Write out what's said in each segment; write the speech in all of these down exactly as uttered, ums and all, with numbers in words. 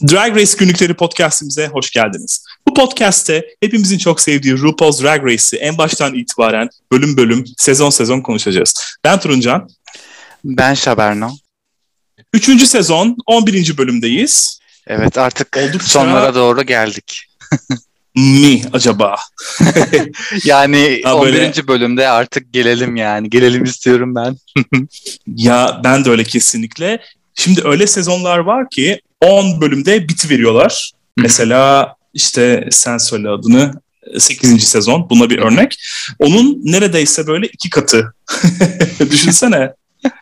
Drag Race Günlükleri podcastimize hoş geldiniz. Bu podcast'te hepimizin çok sevdiği RuPaul's Drag Race'i en baştan itibaren bölüm bölüm, sezon sezon konuşacağız. Ben Turuncan. Ben Şaberno. Üçüncü sezon on birinci bölümdeyiz. Evet, artık Oldukça... sonlara doğru geldik. Mi acaba? Yani ha, on birinci böyle... bölümde artık gelelim yani. Gelelim istiyorum ben. Ya ben de öyle kesinlikle. Şimdi öyle sezonlar var ki on bölümde bitiveriyorlar. Mesela işte sen söyle adını, sekizinci sezon buna bir örnek. Onun neredeyse böyle iki katı. Düşünsene.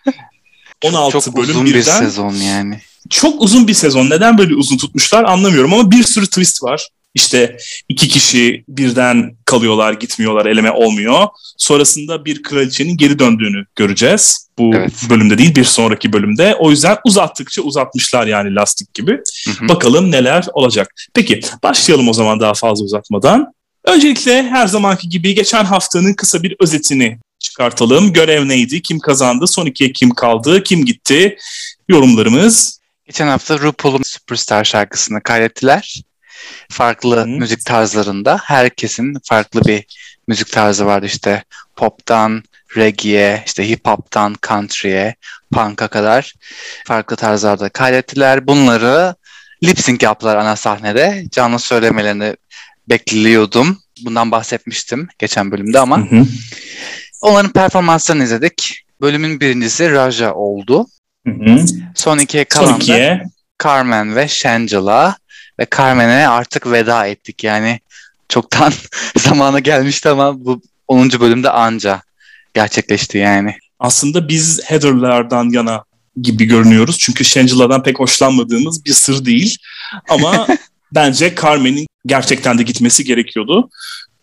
on altı çok bölüm uzun birden. Bir sezon yani. Çok uzun bir sezon. Neden böyle uzun tutmuşlar anlamıyorum ama bir sürü twist var. İşte iki kişi birden kalıyorlar, gitmiyorlar, eleme olmuyor. Sonrasında bir kraliçenin geri döndüğünü göreceğiz. Bu evet. bölümde değil, bir sonraki bölümde. O yüzden uzattıkça uzatmışlar yani lastik gibi. Hı hı. Bakalım neler olacak. Peki başlayalım o zaman daha fazla uzatmadan. Öncelikle her zamanki gibi geçen haftanın kısa bir özetini çıkartalım. Görev neydi? Kim kazandı? Son ikiye kim kaldı? Kim gitti? Yorumlarımız. Geçen hafta RuPaul'un Superstar şarkısını kaydettiler. Farklı hmm. müzik tarzlarında. Herkesin farklı bir müzik tarzı vardı. İşte pop'tan reggae'ye, işte hip hop'tan country'ye, punk'a kadar farklı tarzlarda kaydettiler. Bunları lip sync yaptılar ana sahnede. Canlı söylemelerini bekliyordum. Bundan bahsetmiştim geçen bölümde ama hı hı. onların performanslarını izledik. Bölümün birincisi Raja oldu. Hı hı. Son ikiye kalan da Carmen ve Shangela. Ve Carmen'e artık veda ettik. Yani çoktan zamanı gelmişti ama bu onuncu bölümde anca gerçekleşti yani. Aslında biz Heather'lardan yana gibi görünüyoruz. Çünkü Shangela'dan pek hoşlanmadığımız bir sır değil. Ama bence Carmen'in gerçekten de gitmesi gerekiyordu.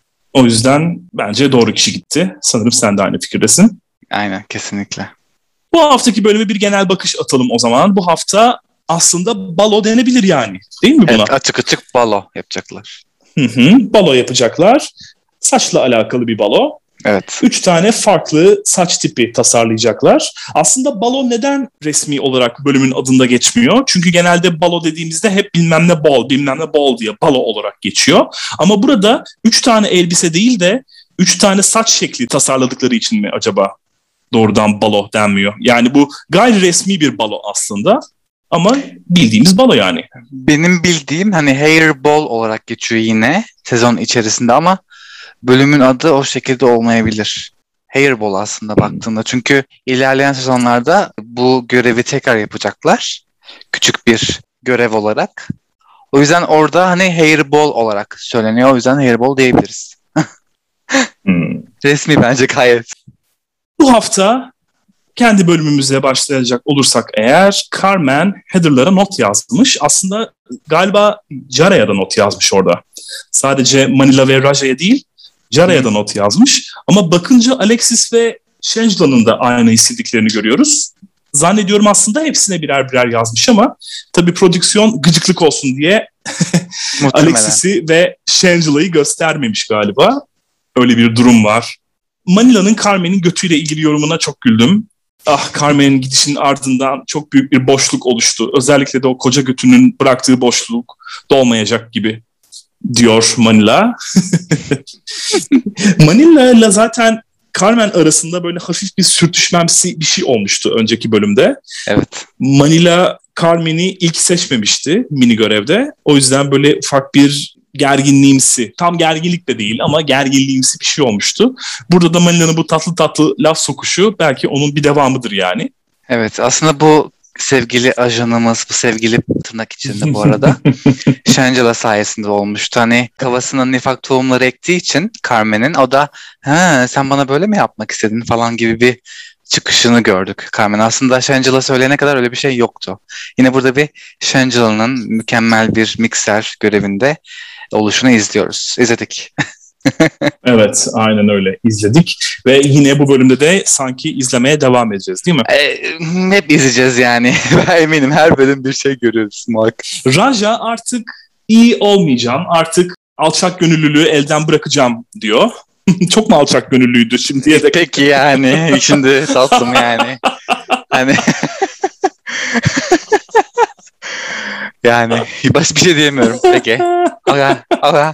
O yüzden bence doğru kişi gitti. Sanırım sen de aynı fikirdesin. Aynen, kesinlikle. Bu haftaki bölüme bir genel bakış atalım o zaman. Bu hafta aslında balo denebilir yani. Değil mi buna? Evet, açık açık balo yapacaklar. Hı hı, balo yapacaklar. Saçla alakalı bir balo. Evet. Üç tane farklı saç tipi tasarlayacaklar. Aslında balo neden resmi olarak bölümün adında geçmiyor? Çünkü genelde balo dediğimizde hep bilmem ne ball, bilmem ne ball diye balo olarak geçiyor. Ama burada üç tane elbise değil de üç tane saç şekli tasarladıkları için mi acaba doğrudan balo denmiyor? Yani bu gayri resmi bir balo aslında. Ama bildiğimiz balo yani. Benim bildiğim hani hair ball olarak geçiyor yine sezon içerisinde ama bölümün adı o şekilde olmayabilir. Hair ball aslında baktığında. Çünkü ilerleyen sezonlarda bu görevi tekrar yapacaklar. Küçük bir görev olarak. O yüzden orada hani hair ball olarak söyleniyor. O yüzden hair ball diyebiliriz. hmm. Resmi bence gayet. Bu hafta kendi bölümümüze başlayacak olursak eğer Carmen Heather'lara not yazmış. Aslında galiba Jara'ya da not yazmış orada. Sadece Manila ve Raja'ya değil, Jara'ya da not yazmış. Ama bakınca Alexis ve Shangela'nın da aynı hissediğini görüyoruz. Zannediyorum aslında hepsine birer birer yazmış ama tabii prodüksiyon gıcıklık olsun diye Alexis'i ve Shangela'yı göstermemiş galiba. Öyle bir durum var. Manila'nın Carmen'in götüyle ilgili yorumuna çok güldüm. Ah, Carmen'in gidişinin ardından çok büyük bir boşluk oluştu. Özellikle de o koca götünün bıraktığı boşluk dolmayacak gibi diyor Manila. Manila ile zaten Carmen arasında böyle hafif bir sürtüşmemsi bir şey olmuştu önceki bölümde. Evet. Manila Carmen'i ilk seçmemişti mini görevde. O yüzden böyle ufak bir gerginliğimsi, tam gerginlik de değil ama gerginliğimsi bir şey olmuştu. Burada da Manila'nın bu tatlı tatlı laf sokuşu belki onun bir devamıdır yani. Evet, aslında bu sevgili ajanımız, bu sevgili tırnak içinde bu arada Shangela sayesinde olmuştu. Hani kafasına nifak tohumları ektiği için Carmen'in o da ha, sen bana böyle mi yapmak istedin falan gibi bir çıkışını gördük Carmen. Aslında Shangela söyleyene kadar öyle bir şey yoktu. Yine burada bir Shangela'nın mükemmel bir mikser görevinde oluşunu izliyoruz. İzledik. Evet, aynen öyle izledik ve yine bu bölümde de sanki izlemeye devam edeceğiz değil mi? E, hep izleyeceğiz yani. Ben eminim her bölüm bir şey görüyoruz muhakkak. Raja artık iyi olmayacağım, artık alçak gönüllülüğü elden bırakacağım diyor. Çok mu alçak gönüllüydü şimdiye de? Peki yani şimdi tatlım yani. Hani Yani başka bir şey diyemiyorum. Peki. Aga, aga.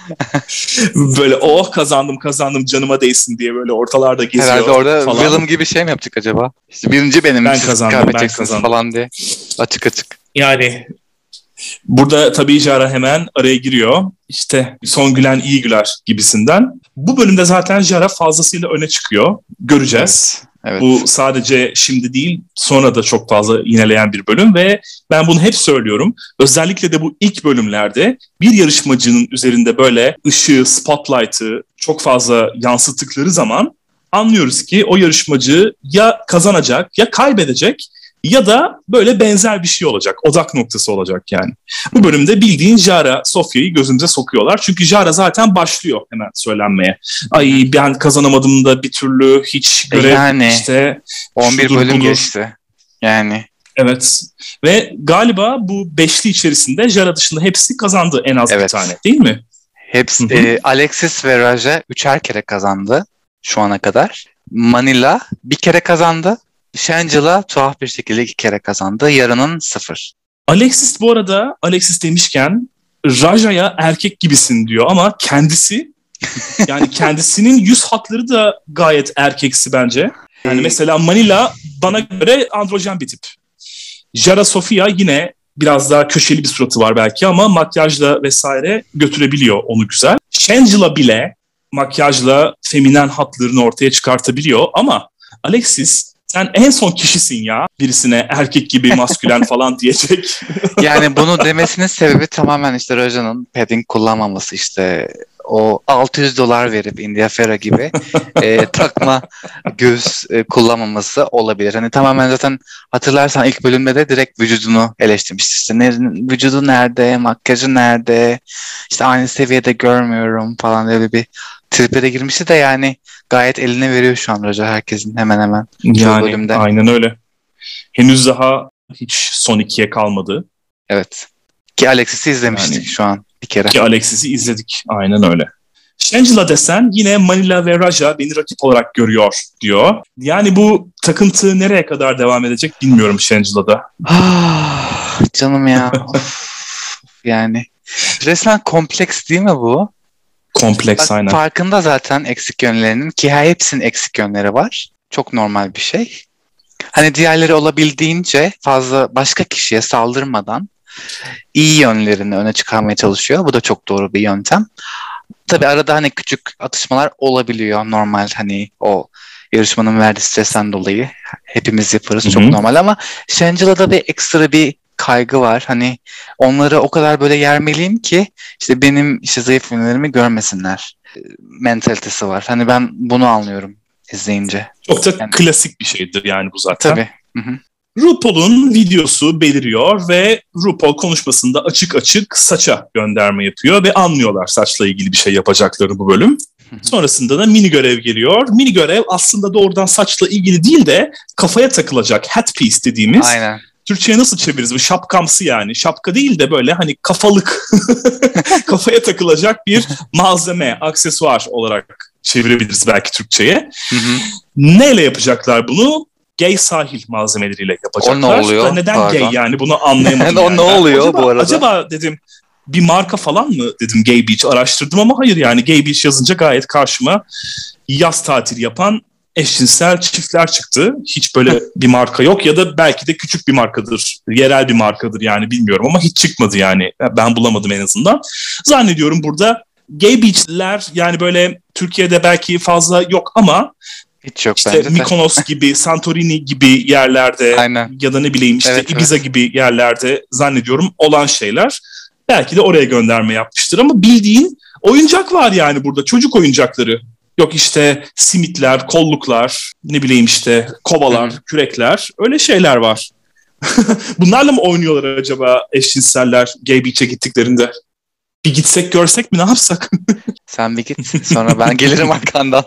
Böyle oh kazandım kazandım canıma değsin diye böyle ortalarda geziyor Herhalde orada falan. Willem gibi şey mi yapacak acaba? İşte birinci benim, Ben siz kazandım, kaybedeceksiniz ben kazandım falan diye. Açık açık. Yani burada tabii Jara hemen araya giriyor. İşte son gülen iyi güler gibisinden. Bu bölümde zaten Jara fazlasıyla öne çıkıyor. Göreceğiz. Evet, evet. Bu sadece şimdi değil, sonra da çok fazla yineleyen bir bölüm ve ben bunu hep söylüyorum. Özellikle de bu ilk bölümlerde bir yarışmacının üzerinde böyle ışığı, spotlight'ı çok fazla yansıttıkları zaman anlıyoruz ki o yarışmacı ya kazanacak ya kaybedecek ya da böyle benzer bir şey olacak. Odak noktası olacak yani. Bu bölümde bildiğin Jara, Sofya'yı gözümüze sokuyorlar. Çünkü Jara zaten başlıyor hemen söylenmeye. Ay ben kazanamadım da bir türlü hiç görev yani, işte. on bir şudur, bölüm budur. geçti. Yani. Evet. Ve galiba bu beşli içerisinde Jara dışında hepsi kazandı en az Evet. bir tane değil mi? Hepsi, Hı hı. e, Alexis ve Raja üçer kere kazandı şu ana kadar. Manila bir kere kazandı. Shangela tuhaf bir şekilde iki kere kazandı. Yarının sıfır. Alexis bu arada, Alexis demişken Raja'ya erkek gibisin diyor ama kendisi yani kendisinin yüz hatları da gayet erkeksi bence. Yani Ee, mesela Manila bana göre androjen bir tip. Jara Sofia yine biraz daha köşeli bir suratı var belki ama makyajla vesaire götürebiliyor onu güzel. Shangela bile makyajla feminen hatlarını ortaya çıkartabiliyor ama Alexis sen en son kişisin ya birisine erkek gibi maskülen falan diyecek. Yani bunu demesinin sebebi tamamen işte Raja'nın padding kullanmaması, işte o altı yüz dolar verip India Ferra gibi e, takma göz e, kullanmaması olabilir. Hani tamamen zaten hatırlarsan ilk bölümde de direkt vücudunu eleştirmişti. İşte ne, vücudu nerede, makyajı nerede, işte aynı seviyede görmüyorum falan öyle bir tripe de girmişti de yani gayet eline veriyor şu an Raja herkesin hemen hemen çoğu Yani bölümde. aynen öyle. Henüz daha hiç son ikiye kalmadı. Evet. Ki Alexis'i izlemiştik Yani, şu an bir kere. ki Alexis'i izledik. Aynen öyle. Shangela desen yine Manila ve Raja beni rakip olarak görüyor diyor. Yani bu takıntı nereye kadar devam edecek bilmiyorum Shangela'da. Ah, canım ya. Of. Yani resmen kompleks değil mi bu? Kompleks Bak, aynen. farkında zaten eksik yönlerinin, ki her hepsinin eksik yönleri var. Çok normal bir şey. Hani diğerleri olabildiğince fazla başka kişiye saldırmadan iyi yönlerini öne çıkarmaya çalışıyor. Bu da çok doğru bir yöntem. Tabii arada hani küçük atışmalar olabiliyor, normal, hani o yarışmanın verdiği stresten dolayı hepimiz yaparız, çok Hı-hı. normal ama Shangela'da bir ekstra bir kaygı var. Hani onları o kadar böyle yermeliyim ki işte benim işte zayıf yönlerimi görmesinler mentalitesi var. Hani ben bunu anlıyorum izleyince. Çok da Yani, klasik bir şeydir yani bu zaten. tabii. Hı-hı. RuPaul'un videosu beliriyor ve RuPaul konuşmasında açık açık saça gönderme yapıyor ve anlıyorlar saçla ilgili bir şey yapacaklarını bu bölüm. Sonrasında da mini görev geliyor. Mini görev aslında doğrudan saçla ilgili değil de kafaya takılacak hat piece dediğimiz. Aynen. Türkçe'ye nasıl çeviririz? Bu şapkamsı yani. Şapka değil de böyle hani kafalık kafaya takılacak bir malzeme, aksesuar olarak çevirebiliriz belki Türkçe'ye. Hı hı. Neyle yapacaklar bunu? Gay sahil malzemeleriyle yapacaklar. O ne oluyor? Da neden Pardon. gay yani bunu anlayamadım. O yani. ne oluyor acaba, bu arada? Acaba dedim bir marka falan mı dedim Gay Beach araştırdım ama hayır yani Gay Beach yazınca gayet karşıma yaz tatili yapan eşcinsel çiftler çıktı. Hiç böyle bir marka yok ya da belki de küçük bir markadır, yerel bir markadır yani bilmiyorum ama hiç çıkmadı yani. Ben bulamadım en azından. Zannediyorum burada Gay Beach'ler yani böyle Türkiye'de belki fazla yok ama hiç yok işte bence de. Mykonos gibi, Santorini gibi yerlerde Aynen. ya da ne bileyim işte Evet, Ibiza evet. gibi yerlerde zannediyorum olan şeyler. Belki de oraya gönderme yapmıştır ama bildiğin oyuncak var yani burada. Çocuk oyuncakları. Yok işte simitler, kolluklar, ne bileyim işte kovalar, Hı-hı. kürekler. Öyle şeyler var. Bunlarla mı oynuyorlar acaba eşcinseller Gay Beach'e gittiklerinde? Bir gitsek görsek mi ne yapsak? Sen bir git. Sonra ben gelirim arkandan.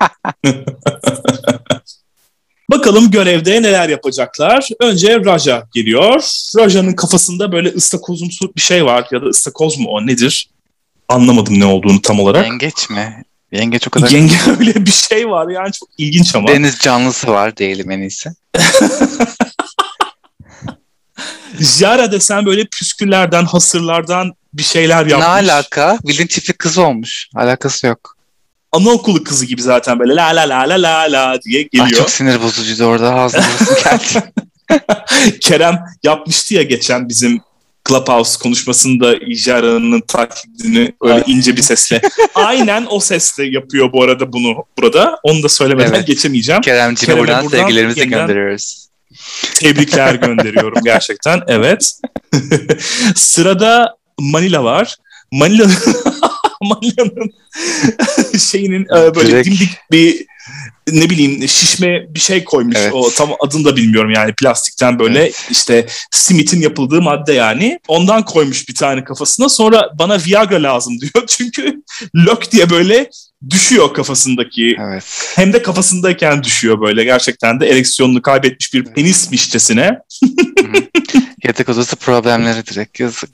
Bakalım görevde neler yapacaklar. Önce Raja geliyor. Raja'nın kafasında böyle ıstakozumsu bir şey var. Ya da ıstakoz mu o nedir? Anlamadım ne olduğunu tam olarak. Yengeç mi? Yengeç o kadar... Yenge öyle bir şey var yani çok ilginç ama. Deniz canlısı var diyelim en iyisi. Jara desen böyle püsküllerden, hasırlardan bir şeyler yapmış. Ne alaka? Bildiğin çiftlik kızı olmuş. Alakası yok. Anaokulu kızı gibi zaten böyle la la la la la la diye geliyor. Ay çok sinir bozucuydu orada. Ağzına geldi. Kerem yapmıştı ya geçen bizim Clubhouse konuşmasında Jara'nın taklidini öyle ince bir sesle. Aynen o sesle yapıyor bu arada bunu burada. Onu da söylemeden evet. geçemeyeceğim. Keremciğime Kerem'e buradan, buradan sevgilerimizi gönderiyoruz. Tebrikler gönderiyorum gerçekten. Evet. Sırada Manila var. Manila'nın Manila'nın şeyinin böyle Direkt. dimdik bir ne bileyim şişme bir şey koymuş. Evet. O tam adını da bilmiyorum yani plastikten böyle evet. işte simitin yapıldığı madde yani. Ondan koymuş bir tane kafasına. Sonra bana Viagra lazım diyor. Çünkü lök diye böyle düşüyor kafasındaki. Evet. Hem de kafasındayken düşüyor böyle. Gerçekten de ereksiyonunu kaybetmiş bir penismişçesine. Yatak odası problemleri direkt yazık.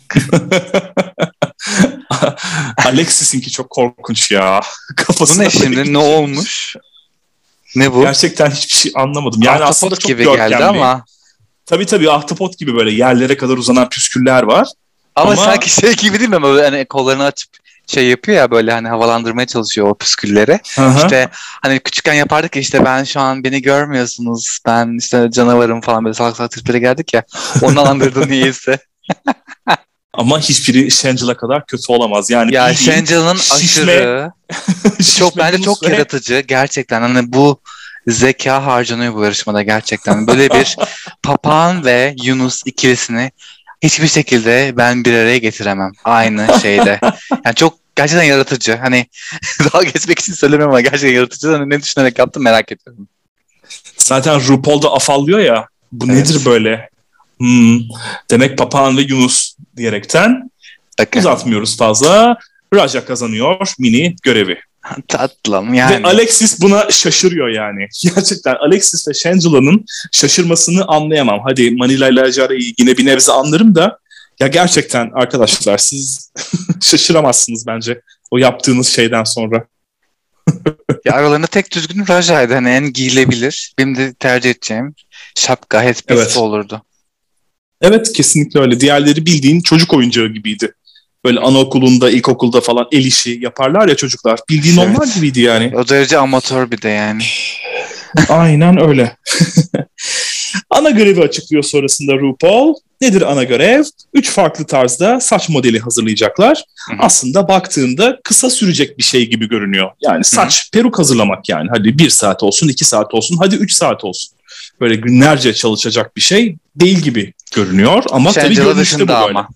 Alexis'inki çok korkunç ya. Bu ne şimdi? Ne olmuş? Ne bu? Gerçekten hiçbir şey anlamadım. Yani ahtapot aslında çok gibi görkemli. Geldi ama. Tabii tabii ahtapot gibi böyle yerlere kadar uzanan püsküller var. Ama, ama... sanki şey gibi değil mi? Böyle hani kollarını açıp şey yapıyor ya böyle hani havalandırmaya çalışıyor o püskülleri. Hı-hı. İşte hani küçükken yapardık ya işte ben şu an beni görmüyorsunuz. Ben işte canavarım falan böyle salak salak triplere geldik ya. Ondan andırdı niyeyse. Ama hiçbiri Shangela kadar kötü olamaz. Yani ya Shangela'nın aşırı çok bence çok ve... yaratıcı gerçekten. Hani bu zeka harcanıyor bu yarışmada gerçekten. Böyle bir Papağan ve Yunus ikilisini hiçbir şekilde ben bir araya getiremem. Aynı şeyde. Yani çok gerçekten yaratıcı. Hani daha geçmek için söylemiyorum ama gerçekten yaratıcı. Hani ne düşünerek yaptım merak ediyorum. Zaten RuPaul da afallıyor ya. Bu evet. nedir böyle? Hmm. Demek Papağan ve Yunus diyerekten okay. uzatmıyoruz fazla. Raja kazanıyor mini görevi. Tatlım yani. Ve Alexis buna şaşırıyor yani. Gerçekten Alexis ve Shangela'nın şaşırmasını anlayamam. Hadi Manila ile Jara'yı yine bir nebze anlarım da ya gerçekten arkadaşlar siz şaşıramazsınız bence o yaptığınız şeyden sonra. Ya aralarında tek düzgün Raja'ydı. Hani en giyilebilir. Benim de tercih edeceğim şapka headpiece evet. olurdu. Evet kesinlikle öyle. Diğerleri bildiğin çocuk oyuncağı gibiydi. Böyle anaokulunda, ilkokulda falan el işi yaparlar ya çocuklar. Bildiğin evet. onlar gibiydi yani. O derece amatör bir de yani. Aynen öyle. Ana görevi açıklıyor sonrasında RuPaul. Nedir ana görev? Üç farklı tarzda saç modeli hazırlayacaklar. Hı-hı. Aslında baktığında kısa sürecek bir şey gibi görünüyor. Yani saç, Hı-hı. peruk hazırlamak yani. Hadi bir saat olsun, iki saat olsun, hadi üç saat olsun. Böyle günlerce çalışacak bir şey değil gibi görünüyor. Ama tabii görünüşte bu böyle. Ama.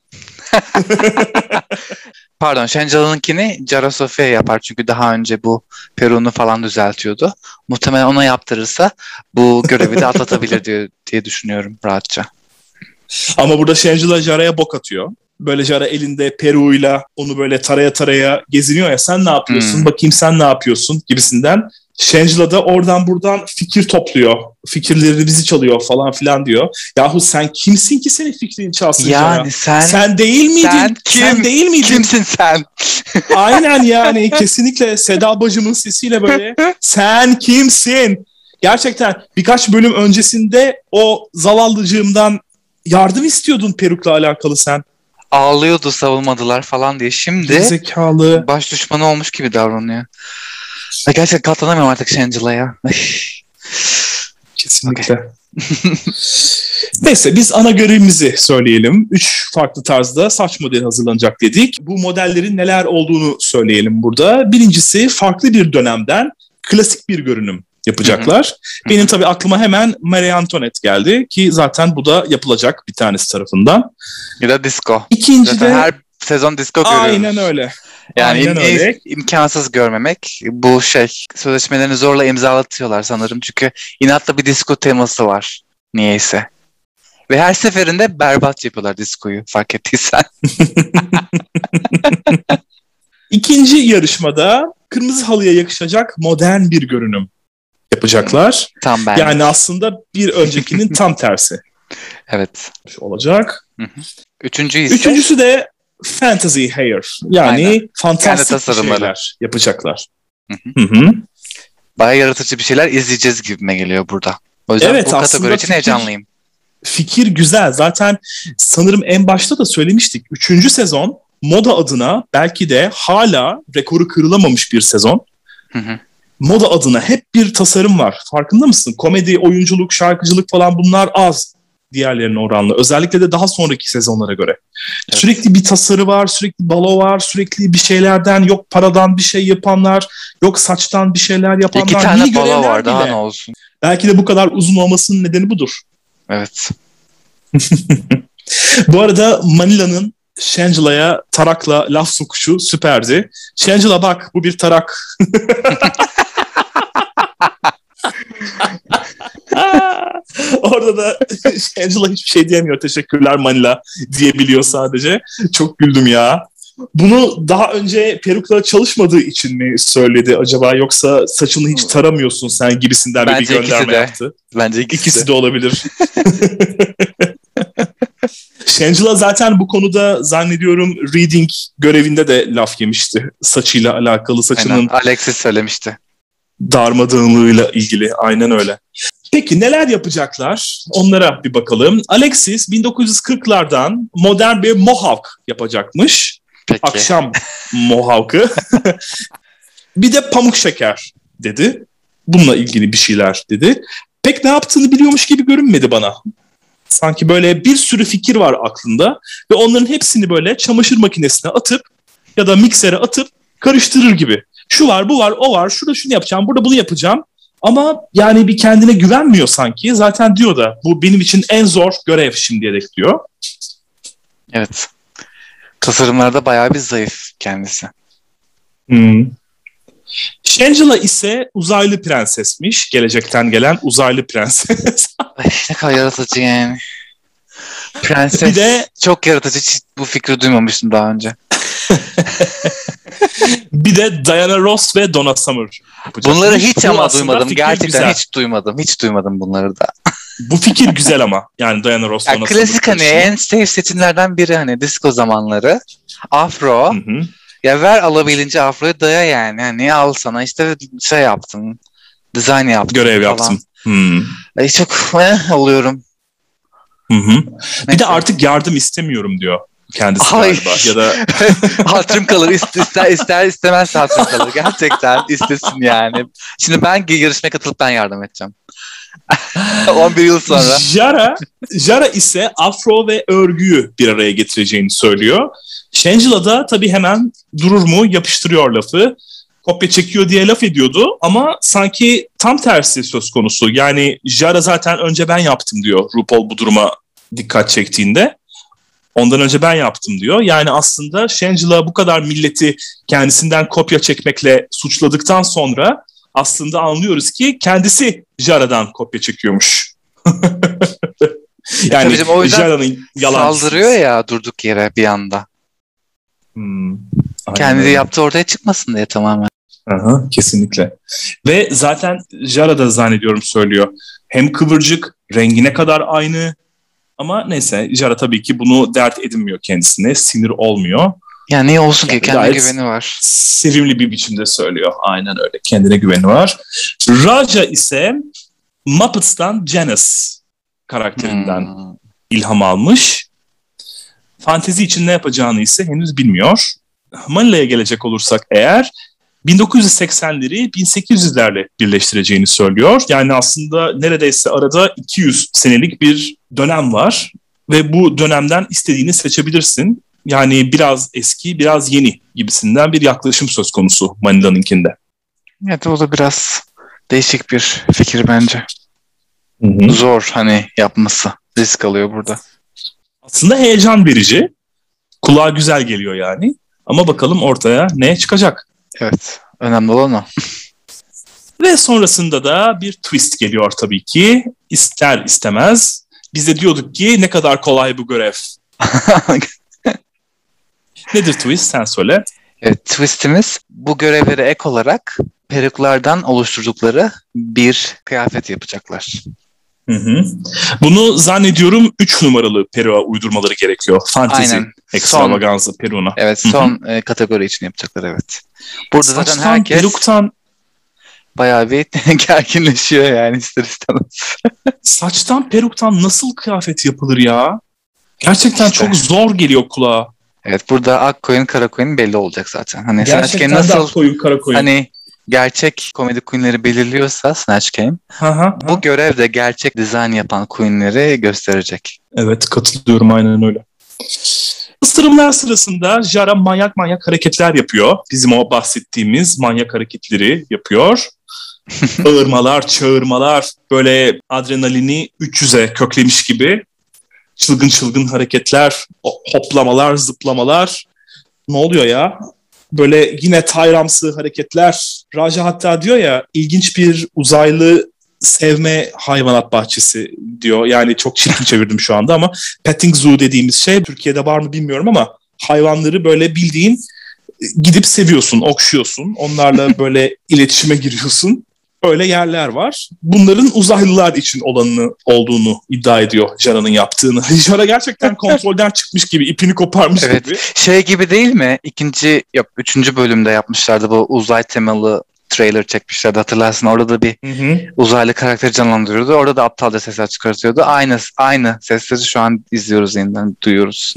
Pardon, Shangela'nınkini Jara Sofia yapar çünkü daha önce bu peruğunu falan düzeltiyordu. Muhtemelen ona yaptırırsa bu görevi de atlatabilir diye, diye düşünüyorum rahatça. Ama burada Shangela Jara'ya bok atıyor. Böyle Jara elinde peruğuyla onu böyle taraya taraya geziniyor ya sen ne yapıyorsun hmm. bakayım sen ne yapıyorsun gibisinden. Shangela da oradan buradan fikir topluyor. Fikirlerini bizi çalıyor falan filan diyor. Yahu sen kimsin ki senin fikrini çalsın yani Jara? sen, sen değil miydin? Sen, kim, sen değil miydin? Kimsin sen? Aynen yani kesinlikle Seda bacımın sesiyle böyle sen kimsin? Gerçekten birkaç bölüm öncesinde o zavallıcığımdan yardım istiyordun perukla alakalı sen. Ağlıyordu savunmadılar falan diye. Şimdi zekalı. Baş düşmanı olmuş gibi davranıyor. Ya gerçekten katlanamıyorum artık Shangela'ya. Kesinlikle. Okay. Neyse biz ana görevimizi söyleyelim. Üç farklı tarzda saç modeli hazırlanacak dedik. Bu modellerin neler olduğunu söyleyelim burada. Birincisi farklı bir dönemden klasik bir görünüm yapacaklar. Hı-hı. Benim tabii aklıma hemen Marie Antoinette geldi ki zaten bu da yapılacak bir tanesi tarafından. Ya da disco. İkinci de her sezon disco görüyoruz. Aynen öyle. Yani Aynen im- öyle. imkansız görmemek. Bu şey sözleşmelerini zorla imzalatıyorlar sanırım. Çünkü inatla bir disco teması var. Niyeyse. Ve her seferinde berbat yapıyorlar diskoyu fark ettiysen. İkinci yarışmada kırmızı halıya yakışacak modern bir görünüm yapacaklar. Tam ben. Yani aslında bir öncekinin tam tersi. Evet. Olacak. Hı hı. Üçüncü ise... Üçüncüsü de fantasy hair. Yani Aynen. fantastik şeyler yapacaklar. Hı hı. Hı hı. Bayağı yaratıcı bir şeyler izleyeceğiz gibime geliyor burada. O yüzden evet, bu kategori için heyecanlıyım. Fikir güzel. Zaten sanırım en başta da söylemiştik. Üçüncü sezon moda adına belki de hala rekoru kırılamamış bir sezon. Hı hı. Moda adına hep bir tasarım var. Farkında mısın? Komedi, oyunculuk, şarkıcılık falan bunlar az diğerlerine oranla. Özellikle de daha sonraki sezonlara göre. Evet. Sürekli bir tasarı var, sürekli balo var, sürekli bir şeylerden, yok paradan bir şey yapanlar, yok saçtan bir şeyler yapanlar. İki tane balo var, daha ne olsun. Belki de bu kadar uzun olmasının nedeni budur. Evet. Bu arada Manila'nın Shangela tarakla laf sokuşu süperdi. Shangela bak bu bir tarak. Orada da Shangela hiçbir şey diyemiyor. Teşekkürler Manila diyebiliyor sadece. Çok güldüm ya. Bunu daha önce perukla çalışmadığı için mi söyledi acaba, yoksa saçını hiç taramıyorsun sen gibisinden bir gönderme yaptı. Bence ikisi, ikisi de. de olabilir. Shangela zaten bu konuda zannediyorum reading görevinde de laf yemişti. Saçıyla alakalı, saçının aynen, Alexis söylemişti. Darmadağınlığıyla ilgili. Aynen öyle. Peki neler yapacaklar? Onlara bir bakalım. Alexis bin dokuz yüz kırklardan modern bir mohawk yapacakmış. Peki. Akşam mohawk'ı. Bir de pamuk şeker dedi. Bununla ilgili bir şeyler dedi. Pek ne yaptığını biliyormuş gibi görünmedi bana. Sanki böyle bir sürü fikir var aklında ve onların hepsini böyle çamaşır makinesine atıp ya da miksere atıp karıştırır gibi. Şu var, bu var, o var, şurada şunu yapacağım, burada bunu yapacağım. Ama yani bir kendine güvenmiyor sanki. Zaten diyor da bu benim için en zor görev şimdiye dek diyor. Evet. Tasarımlarda bayağı bir zayıf kendisi. Hmm. Shangela ise uzaylı prensesmiş. Gelecekten gelen uzaylı prenses. Ay, ne kadar yaratıcı yani. Prenses bir de çok yaratıcı. Hiç bu fikri duymamıştım daha önce. Bir de Diana Ross ve Donna Summer yapacakmış. Bunları hiç ama duymadım. Gerçekten güzel. hiç duymadım. Hiç duymadım bunları da. Bu fikir güzel ama. Yani Diana Ross, ya Donna klasik Summer. Klasik hani en safe seçimlerden biri hani disco zamanları. Afro. Hı hı. Ya ver alabildiğince afroyu daya yani. Hani al sana işte şey yaptın. Dizayn yaptın. Görev falan. yaptım. Hmm. Ay çok eh, oluyorum. Hı hı. Bir de artık yardım istemiyorum diyor kendisi Ay. galiba. Ya da hatırım kalır. İster, ister istemez hatırım kalır. Gerçekten istesin yani. Şimdi ben yarışmaya katılıp ben yardım edeceğim. on bir yıl sonra. Jara, Jara ise afro ve örgüyü bir araya getireceğini söylüyor. Shangela da tabii hemen durur mu yapıştırıyor lafı. Kopya çekiyor diye laf ediyordu ama sanki tam tersi söz konusu. Yani Jara zaten önce ben yaptım diyor RuPaul bu duruma dikkat çektiğinde. Ondan önce ben yaptım diyor. Yani aslında Shangela bu kadar milleti kendisinden kopya çekmekle suçladıktan sonra aslında anlıyoruz ki kendisi Jara'dan kopya çekiyormuş. Yani bizim o yüzden Jara'nın yalancısı. Saldırıyor ya durduk yere bir anda. Hmm, kendi yaptığı ortaya çıkmasın diye tamamen. Aha, kesinlikle. Ve zaten Jara da zannediyorum söylüyor. Hem kıvırcık, rengine kadar aynı. Ama neyse Jara tabii ki bunu dert edinmiyor kendisine. Sinir olmuyor. Ya niye olsun ki? Kendine güveni var. Sevimli bir biçimde söylüyor. Aynen öyle. Kendine güveni var. Raja ise Muppets'tan Janice karakterinden hmm. ilham almış. Fantezi için ne yapacağını ise henüz bilmiyor. Manila'ya gelecek olursak eğer bin dokuz yüz seksenleri bin sekiz yüzlerle birleştireceğini söylüyor. Yani aslında neredeyse arada iki yüz senelik bir dönem var ve bu dönemden istediğini seçebilirsin. Yani biraz eski, biraz yeni gibisinden bir yaklaşım söz konusu Manila'nınkinde. Evet, o da biraz değişik bir fikir bence. Hı hı. Zor hani yapması. Risk alıyor burada. Aslında heyecan verici. Kulağa güzel geliyor yani. Ama bakalım ortaya ne çıkacak? Evet. Önemli olan o. Ve sonrasında da bir twist geliyor tabii ki. İster istemez. Biz de diyorduk ki ne kadar kolay bu görev. Nedir twist? Sen söyle. Evet, twistimiz bu görevlere ek olarak peruklardan oluşturdukları bir kıyafet yapacaklar. Hı hı. Bunu zannediyorum üç numaralı peruğa uydurmaları gerekiyor. Fantezi ekstravaganza peruğuna. Evet, son e, kategori için yapacaklar, evet. Burada Saçtan, zaten herkes peruktan bayağı bir gerginleşiyor yani ister istemez. Saçtan peruktan nasıl kıyafet yapılır ya? Gerçekten İşte. Çok zor geliyor kulağa. Evet, burada ak koyun kara koyun belli olacak zaten. Hani Gerçekten Snatch de Game ak koyun kara koyun. Hani gerçek komedi queenleri belirliyorsa Snatch Game, bu görev de gerçek dizayn yapan queenleri gösterecek. Evet, katılıyorum, aynen öyle. Isırımlar sırasında Jara manyak manyak hareketler yapıyor. Bizim o bahsettiğimiz manyak hareketleri yapıyor. Bağırmalar, çağırmalar, böyle adrenalini üç yüze köklemiş gibi çılgın çılgın hareketler, hoplamalar, zıplamalar. Ne oluyor ya? Böyle yine Tayramsı hareketler. Raja hatta diyor ya, ilginç bir uzaylı sevme hayvanat bahçesi diyor. Yani çok çirkin çevirdim şu anda ama petting zoo dediğimiz şey Türkiye'de var mı bilmiyorum ama hayvanları böyle bildiğin gidip seviyorsun, okşuyorsun. Onlarla böyle iletişime giriyorsun. Öyle yerler var. Bunların uzaylılar için olanını olduğunu iddia ediyor Jara'nın yaptığını. Jara gerçekten kontrolden çıkmış gibi, ipini koparmış evet. gibi. Şey gibi değil mi? İkinci, yok üçüncü bölümde yapmışlardı, bu uzay temalı trailer çekmişlerdi, hatırlarsın. Orada da bir hı hı. uzaylı karakteri canlandırıyordu. Orada da aptalca sesler çıkartıyordu. Aynı aynı sesleri şu an izliyoruz, yeniden duyuyoruz.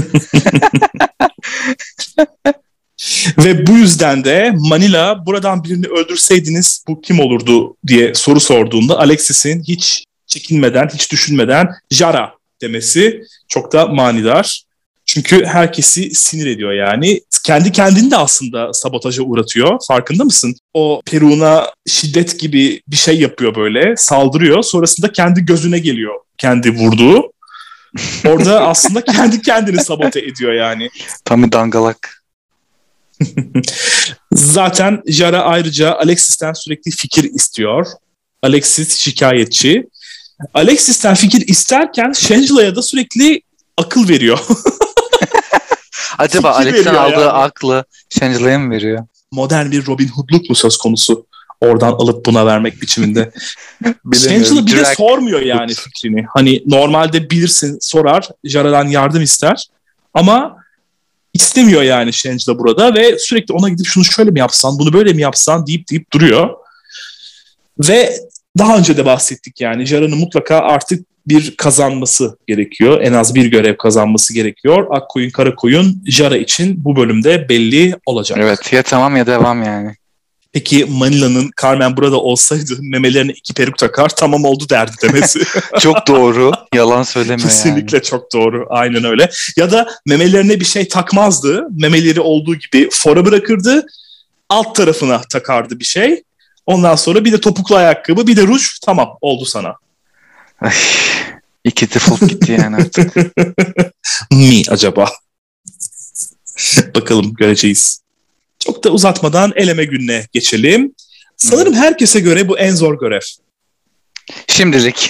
Ve bu yüzden de Manila, buradan birini öldürseydiniz bu kim olurdu diye soru sorduğunda Alexis'in hiç çekinmeden, hiç düşünmeden Jara demesi çok da manidar. Çünkü herkesi sinir ediyor yani. Kendi kendini de aslında sabotaja uğratıyor. Farkında mısın? O peruğuna şiddet gibi bir şey yapıyor böyle. Saldırıyor. Sonrasında kendi gözüne geliyor kendi vurduğu. Orada aslında kendi kendini sabote ediyor yani. Tam bir dangalak. Zaten Jara ayrıca Alexis'ten sürekli fikir istiyor. Alexis şikayetçi. Alexis'ten fikir isterken Shangela da sürekli akıl veriyor. Acaba Alexis'ten aldığı yani aklı Shangela'ya mı veriyor? Modern bir Robin Hood'luk mu söz konusu? Oradan alıp buna vermek biçiminde. Shangela bir de sormuyor yani fikrini. Hani normalde bilirsin, sorar, Jara'dan yardım ister. Ama İstemiyor yani Shangela burada ve sürekli ona gidip şunu şöyle mi yapsan, bunu böyle mi yapsan deyip deyip duruyor. Ve daha önce de bahsettik yani Jara'nın mutlaka artık bir kazanması gerekiyor. En az bir görev kazanması gerekiyor. Akkoyun Karakoyun Jara için bu bölümde belli olacak. Evet, ya tamam ya devam yani. Peki Manila'nın Carmen burada olsaydı memelerine iki peruk takar, tamam oldu derdi demesi. Çok doğru. Yalan söyleme Kesinlikle yani. Kesinlikle çok doğru. Aynen öyle. Ya da memelerine bir şey takmazdı. Memeleri olduğu gibi fora bırakırdı. Alt tarafına takardı bir şey. Ondan sonra bir de topuklu ayakkabı, bir de ruj. Tamam oldu sana. Ay, iki default gitti yani artık. Mi acaba? Bakalım, göreceğiz. Çok da uzatmadan eleme gününe geçelim. Sanırım herkese göre bu en zor görev. Şimdilik.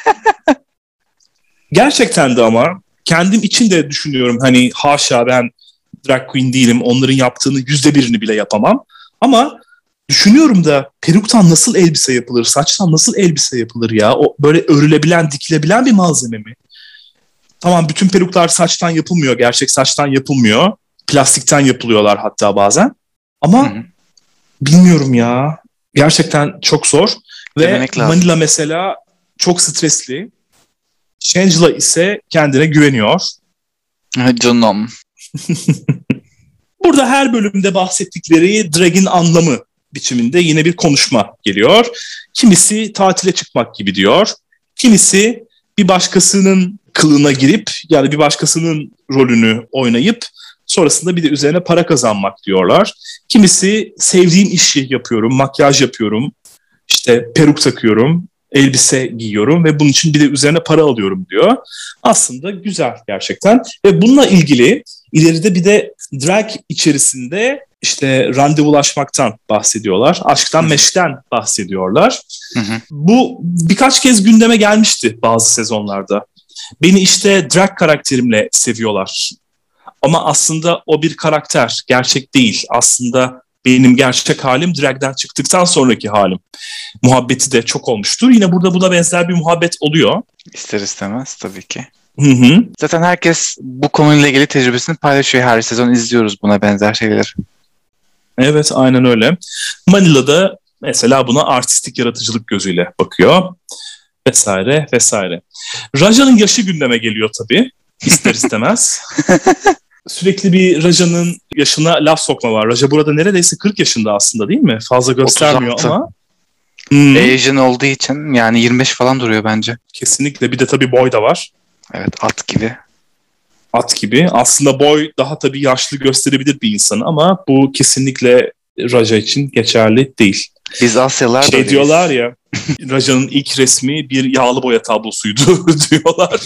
Gerçekten de ama kendim için de düşünüyorum. Hani haşa ben drag queen değilim. Onların yaptığını yüzde birini bile yapamam. Ama düşünüyorum da peruktan nasıl elbise yapılır? Saçtan nasıl elbise yapılır ya? O böyle örülebilen, dikilebilen bir malzeme mi? Tamam, bütün peruklar saçtan yapılmıyor. Gerçek saçtan yapılmıyor. Plastikten yapılıyorlar hatta bazen. Ama hı hı. bilmiyorum ya. Gerçekten çok zor. Ve Manila mesela çok stresli. Shangela ise kendine güveniyor. Canım. Burada her bölümde bahsettikleri drag'in anlamı biçiminde yine bir konuşma geliyor. Kimisi tatile çıkmak gibi diyor. Kimisi bir başkasının kılığına girip, yani bir başkasının rolünü oynayıp sonrasında bir de üzerine para kazanmak diyorlar. Kimisi sevdiğim işi yapıyorum, makyaj yapıyorum, işte peruk takıyorum, elbise giyiyorum ve bunun için bir de üzerine para alıyorum diyor. Aslında güzel gerçekten. Ve bununla ilgili ileride bir de drag içerisinde işte randevulaşmaktan bahsediyorlar. Aşktan, meşkten bahsediyorlar. Hı hı. Bu birkaç kez gündeme gelmişti bazı sezonlarda. Beni işte drag karakterimle seviyorlar. Ama aslında o bir karakter, gerçek değil. Aslında benim gerçek halim drag'den çıktıktan sonraki halim. Muhabbeti de çok olmuştur. Yine burada buna benzer bir muhabbet oluyor. İster istemez tabii ki. Hı hı. Zaten herkes bu konuyla ilgili tecrübesini paylaşıyor. Her sezon izliyoruz buna benzer şeyler. Evet, aynen öyle. Manila'da Mesela buna artistik yaratıcılık gözüyle bakıyor. Vesaire vesaire. Raja'nın yaşı gündeme geliyor tabii. İster istemez. Sürekli bir Raja'nın yaşına laf sokma var. Raja burada neredeyse kırk yaşında aslında, değil mi? Fazla göstermiyor otuz altı. ama. Hmm. Asian olduğu için yani yirmi beş falan duruyor bence. Kesinlikle. Bir de tabii boy da var. Evet, at gibi. At gibi. Aslında boy daha tabii yaşlı gösterebilir bir insanı ama bu kesinlikle Raja için geçerli değil. Biz Asyalılar da Şey öyleyiz. diyorlar ya, Raja'nın ilk resmi bir yağlı boya tablosuydu diyorlar.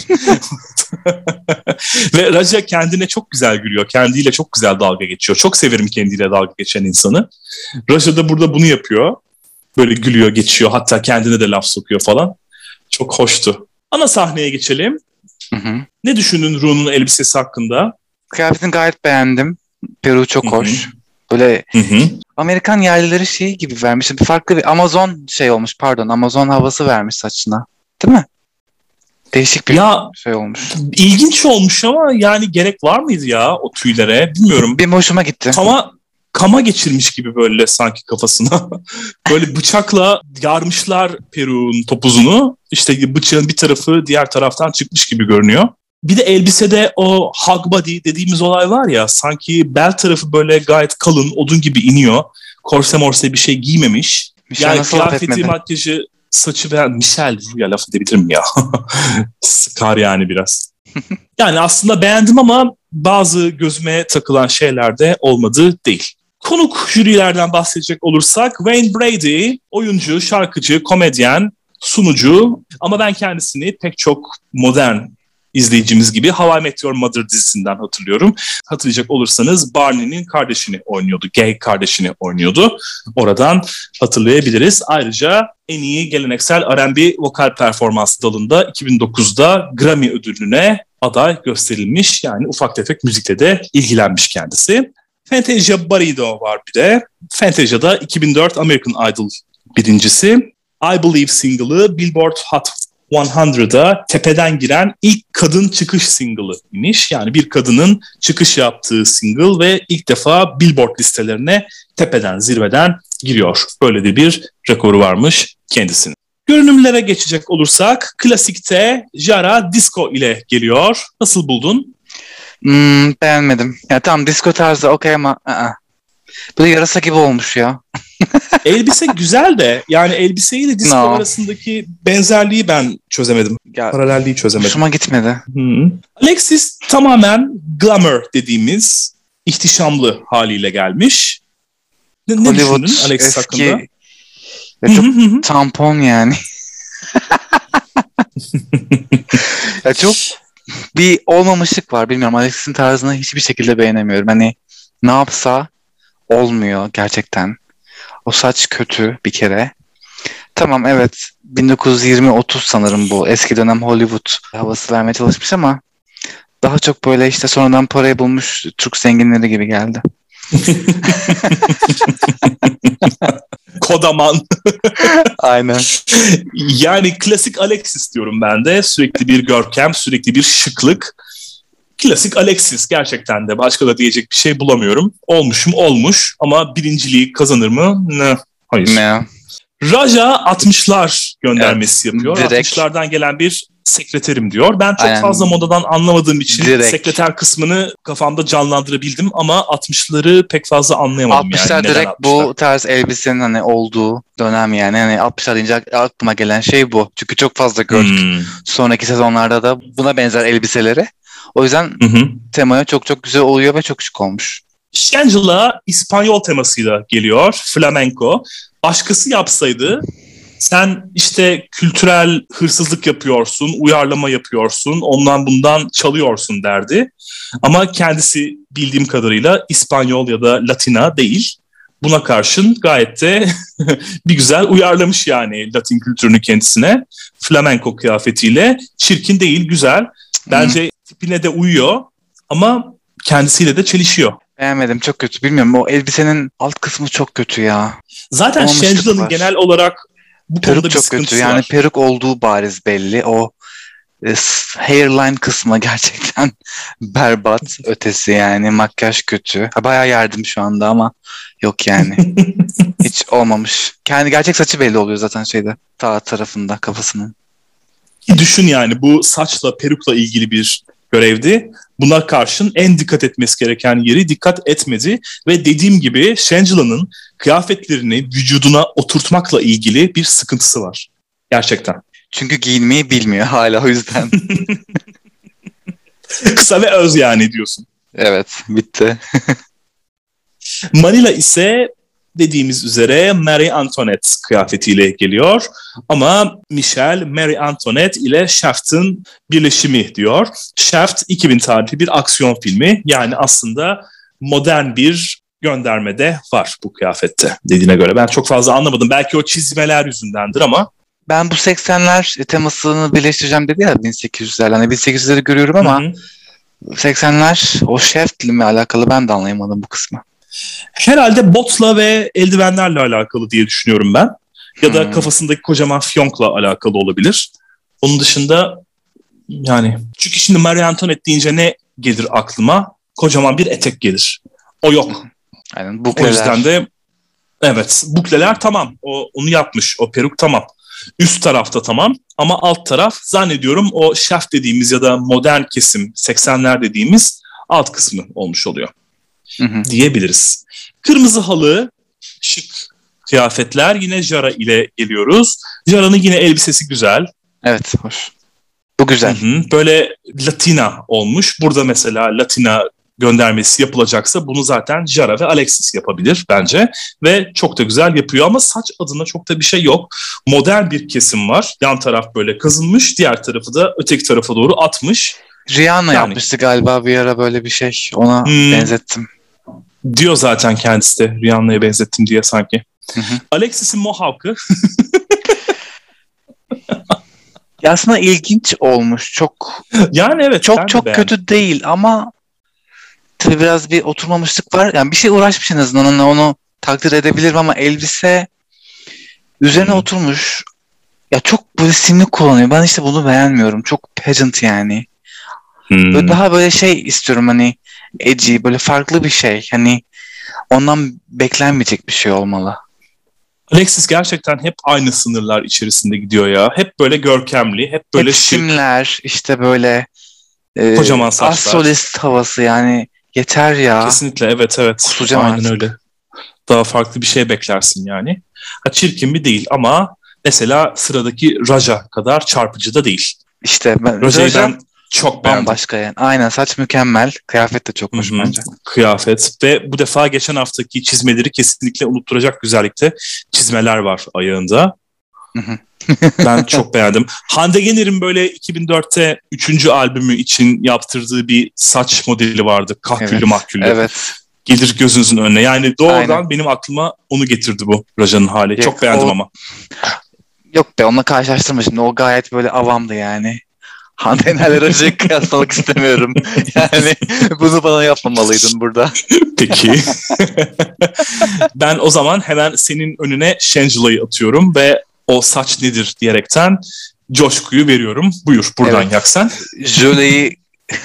Ve Raja kendine çok güzel gülüyor. Kendiyle çok güzel dalga geçiyor. Çok severim kendiyle dalga geçen insanı. Raja da burada bunu yapıyor. Böyle gülüyor, geçiyor. Hatta kendine de laf sokuyor falan. Çok hoştu. Ana sahneye geçelim. Hı hı. Ne düşündün Ru'nun elbisesi hakkında? Kıyafetini gayet beğendim. Peru çok Hı hı. hoş. Böyle Hı hı. Amerikan yerlileri şey gibi vermiş. Bir farklı bir Amazon şey olmuş, pardon. Amazon havası vermiş saçına. Değil mi? Değişik bir Ya şey olmuş. ilginç olmuş ama yani gerek var mıydı ya o tüylere? Bilmiyorum. Bir hoşuma gitti. Kama, kama geçirmiş gibi böyle sanki kafasına. Böyle bıçakla yarmışlar Peru'nun topuzunu. İşte bıçağın bir tarafı diğer taraftan çıkmış gibi görünüyor. Bir de elbisede o hug body dediğimiz olay var ya, sanki bel tarafı böyle gayet kalın, odun gibi iniyor. Korse morse bir şey giymemiş. Michel Yani nasıl laf kıyafeti, etmedi? makyajı, saçı ve Michel ya laf edebilirim ya. Sıkar yani biraz. Yani aslında beğendim ama bazı gözüme takılan şeyler de olmadı değil. Konuk jürilerden bahsedecek olursak Wayne Brady, oyuncu, şarkıcı, komedyen, sunucu ama ben kendisini pek çok modern izleyicimiz gibi How I Met Your Mother dizisinden hatırlıyorum. Hatırlayacak olursanız Barney'nin kardeşini oynuyordu, gay kardeşini oynuyordu. Oradan hatırlayabiliriz. Ayrıca en iyi geleneksel R and B vokal performans dalında iki bin dokuzda Grammy ödülüne aday gösterilmiş. Yani ufak tefek müzikle de ilgilenmiş kendisi. Fantasia Barrido var bir de. Fantasia'da iki bin dört American Idol birincisi. I Believe single'ı Billboard Hot yüze tepeden giren ilk kadın çıkış single'ı imiş. Yani bir kadının çıkış yaptığı single ve ilk defa Billboard listelerine tepeden, zirveden giriyor. Böyle de bir rekoru varmış kendisinin. Görünümlere geçecek olursak klasikte Jara disco ile geliyor. Nasıl buldun? Hmm, beğenmedim. Ya tamam, disco tarzı okey ama ı-ı. Bu da yarasa gibi olmuş ya. Elbise güzel de yani elbiseyle disco No. arasındaki benzerliği ben çözemedim. Ya, Paralelliği çözemedim. hoşuma gitmedi. Hı. Alexis tamamen glamour dediğimiz ihtişamlı haliyle gelmiş. Ne, ne Hollywood düşündün Alexis eski hakkında? ya çok Hı hı hı. tampon yani. Ya çok bir olmamışlık var, bilmiyorum. Alexis'in tarzını hiçbir şekilde beğenemiyorum. Hani ne yapsa olmuyor gerçekten. O saç kötü bir kere. Tamam, evet, bin dokuz yüz yirmi otuz sanırım bu. Eski dönem Hollywood havası vermeye çalışmış ama daha çok böyle işte sonradan parayı bulmuş Türk zenginleri gibi geldi. Kodaman. Aynen. Yani klasik Alexis diyorum ben de. Sürekli bir görkem, sürekli bir şıklık. Klasik Alexis gerçekten de. Başka da diyecek bir şey bulamıyorum. Olmuşum olmuş ama birinciliği kazanır mı? Ne? Hayır. Ne? Raja altmışlar göndermesi Evet, yapıyor. direkt. altmışlardan gelen bir sekreterim diyor. Ben çok Aynen. fazla modadan anlamadığım için Direkt. sekreter kısmını kafamda canlandırabildim ama altmışları pek fazla anlayamadım. altmışlar yani. Neden direkt altmışlar? bu tarz elbisenin hani olduğu dönem yani. Hani altmışlar deyince aklıma gelen şey bu. Çünkü çok fazla gördük Hmm. sonraki sezonlarda da buna benzer elbiseleri. O yüzden Hı hı. temaya çok çok güzel oluyor ve çok şık olmuş. Shangela İspanyol temasıyla geliyor. Flamenco. Başkası yapsaydı sen işte kültürel hırsızlık yapıyorsun, uyarlama yapıyorsun, ondan bundan çalıyorsun derdi. Ama kendisi bildiğim kadarıyla İspanyol ya da Latina değil. Buna karşın gayet de bir güzel uyarlamış yani Latin kültürünü kendisine. Flamenco kıyafetiyle. Çirkin değil, güzel. Bence tipine de uyuyor ama kendisiyle de çelişiyor. Beğenmedim, çok kötü. Bilmiyorum, o elbisenin alt kısmı çok kötü ya. Zaten Olmamışlık Shangela'nın var. genel olarak bu konuda Peruk bir çok sıkıntısı kötü. Yani var. peruk olduğu bariz belli. O e, hairline kısmı gerçekten berbat ötesi yani. Makyaj kötü. Ha, bayağı yardım şu anda ama yok yani. Hiç olmamış. Kendi gerçek saçı belli oluyor zaten şeyde. Sağ tarafında kafasının. Düşün yani bu saçla perukla ilgili bir görevdi. Buna karşın en dikkat etmesi gereken yeri dikkat etmedi ve dediğim gibi Shangela-'nın kıyafetlerini vücuduna oturtmakla ilgili bir sıkıntısı var. Gerçekten. Çünkü giyinmeyi bilmiyor hala o yüzden. Kısa ve öz yani diyorsun. Evet, bitti. Manila ise dediğimiz üzere Marie Antoinette kıyafetiyle geliyor. Ama Michel, Marie Antoinette ile Shaft'ın birleşimi diyor. Shaft iki bin tarihli bir aksiyon filmi. Yani aslında modern bir gönderme de var bu kıyafette dediğine göre. Ben çok fazla anlamadım. Belki o çizmeler yüzündendir ama. Ben bu seksenler temasını birleştireceğim dedi ya bin sekiz yüzlerle. Hani bin sekiz yüzleri görüyorum ama hı hı. seksenler o Shaft'le mi alakalı ben de anlayamadım bu kısmı. Herhalde botla ve eldivenlerle alakalı diye düşünüyorum ben. Ya da hmm. kafasındaki kocaman fiyonkla alakalı olabilir. Onun dışında yani çünkü şimdi Marie Antoinette deyince ne gelir aklıma? Kocaman bir etek gelir. O yok. Aynen, bukleler. O yüzden de evet, bukleler tamam. O onu yapmış. O peruk tamam. Üst tarafta tamam ama alt taraf zannediyorum o shaft dediğimiz ya da modern kesim seksenler dediğimiz alt kısmı olmuş oluyor. Hı hı. Diyebiliriz. Kırmızı halı, şık kıyafetler yine Jara ile geliyoruz. Jara'nın yine elbisesi güzel. Evet, hoş. Bu güzel. Hı hı. Böyle Latina olmuş. Burada mesela Latina göndermesi yapılacaksa bunu zaten Jara ve Alexis yapabilir bence. Ve çok da güzel yapıyor ama saç adına çok da bir şey yok. Modern bir kesim var. Yan taraf böyle kazınmış, diğer tarafı da öteki tarafa doğru atmış. Rihanna yani yapmıştı galiba bir ara böyle bir şey. Ona hmm. benzettim. Diyor zaten kendisi de Rihanna'ya benzettim diye sanki. Hı hı. Alexis'in mohawk'ı. Ya aslında ilginç olmuş. Çok yani evet. Çok çok de kötü değil ama tabii biraz bir oturmamışlık var. Yani bir şey uğraşmış en azından onu, onu takdir edebilirim ama elbise üzerine hmm. oturmuş. Ya çok böyle simli kullanıyor. Ben işte bunu beğenmiyorum. Çok pageant yani. Hmm. Böyle daha böyle şey istiyorum hani edgy, böyle farklı bir şey. Hani ondan beklenmeyecek bir şey olmalı. Alexis gerçekten hep aynı sınırlar içerisinde gidiyor ya. Hep böyle görkemli, hep böyle hep şık. Simler, işte böyle e, kocaman saçlar. Astrolist havası yani yeter ya. Kesinlikle evet evet. Kusacağım aynen artık. öyle. Daha farklı bir şey beklersin yani. Ha, çirkin mi değil ama mesela sıradaki Raja kadar çarpıcı da değil. İşte ben, Raja'yı Raja, ben çok beğendim. Bambaşka yani. Aynen, saç mükemmel. Kıyafet de çok hoş Hı-hı. bence. Kıyafet ve bu defa geçen haftaki çizmeleri kesinlikle unutturacak güzellikte çizmeler var ayağında. Ben çok beğendim. Hande Yener'in böyle iki bin dörtte üçüncü albümü için yaptırdığı bir saç modeli vardı. Kahküllü evet, mahküllü. Evet. Gelir gözünüzün önüne. Yani doğrudan Aynen. benim aklıma onu getirdi bu Raja'nın hali. Yok, çok beğendim o... ama. Yok be, onunla karşılaştırma şimdi. O gayet böyle avamdı yani. Hande Yener'le Raja'yı kıyaslamak istemiyorum. Yani bunu bana yapmamalıydın burada. Peki. Ben o zaman hemen senin önüne Shangela'yı atıyorum ve o saç nedir diyerekten coşkuyu veriyorum. Buyur buradan evet. yak sen. Jöleyi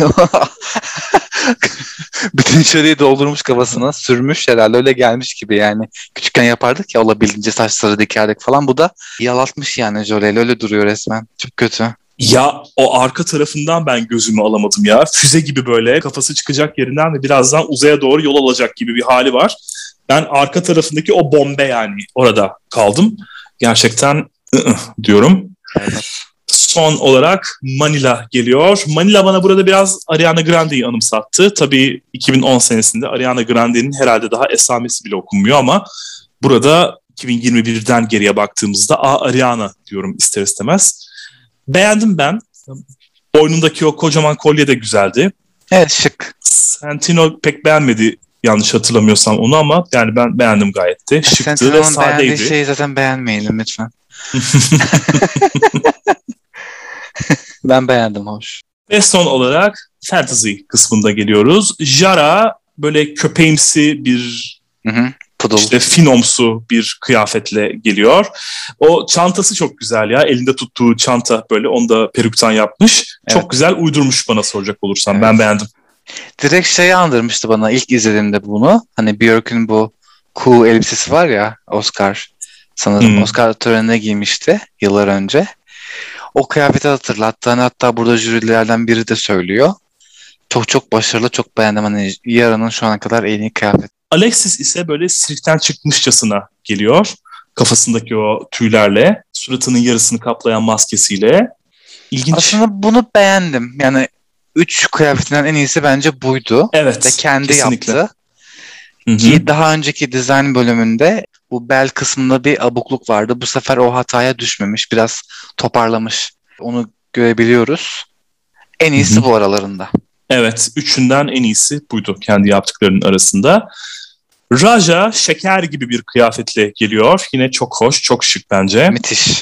bütün jöleyi doldurmuş kafasına sürmüş herhalde, öyle gelmiş gibi yani. Küçükken yapardık ya, olabildiğince saçları dikerdik falan, bu da yalatmış yani jöleyle, öyle duruyor resmen. Çok kötü. Ya o arka tarafından ben gözümü alamadım ya. Füze gibi böyle kafası çıkacak yerinden ve birazdan uzaya doğru yol alacak gibi bir hali var. Ben arka tarafındaki o bombe yani orada kaldım. Gerçekten ı-ı diyorum. Evet. Son olarak Manila geliyor. Manila bana burada biraz Ariana Grande'yi anımsattı. Tabii iki bin on senesinde Ariana Grande'nin herhalde daha esamesi bile okunmuyor ama burada iki bin yirmi birden geriye baktığımızda a Ariana diyorum ister istemez. Beğendim ben. Boynundaki o kocaman kolye de güzeldi. Evet, şık. Santino pek beğenmedi yanlış hatırlamıyorsam onu ama yani ben beğendim gayet de. Şıktı Santino'nun ve sadeydi. beğendiği şeyi zaten beğenmeyelim lütfen. Ben beğendim, hoş. Ve son olarak fantasy kısmında geliyoruz. Jara böyle köpeğimsi bir hı hı. Pudul. İşte finomsu bir kıyafetle geliyor. O çantası çok güzel ya. Elinde tuttuğu çanta böyle, onu da peruktan yapmış. Evet. Çok güzel uydurmuş bana soracak olursan. Evet. Ben beğendim. Direkt şeyi andırmıştı bana ilk izlediğimde bunu. Hani Björk'ün bu cool elbisesi var ya, Oscar sanırım hmm. Oscar törenine giymişti yıllar önce. O kıyafeti hatırlattı. Hani hatta burada jürilerden biri de söylüyor. Çok çok başarılı, çok beğendim. Hani Yara'nın şu ana kadar en iyi kıyafeti. Alexis ise böyle sirkten çıkmışçasına geliyor. Kafasındaki o tüylerle, suratının yarısını kaplayan maskesiyle. İlginç. Aslında bunu beğendim. Yani üç kıyafetinden en iyisi bence buydu. Evet. Ve kendi kesinlikle. yaptı. Hı-hı. Ki daha önceki dizayn bölümünde bu bel kısmında bir abukluk vardı. Bu sefer o hataya düşmemiş. Biraz toparlamış. Onu görebiliyoruz. En iyisi Hı-hı. bu aralarında. Evet. Üçünden en iyisi buydu kendi yaptıklarının arasında. Raja şeker gibi bir kıyafetle geliyor. Yine çok hoş, çok şık bence. Müthiş.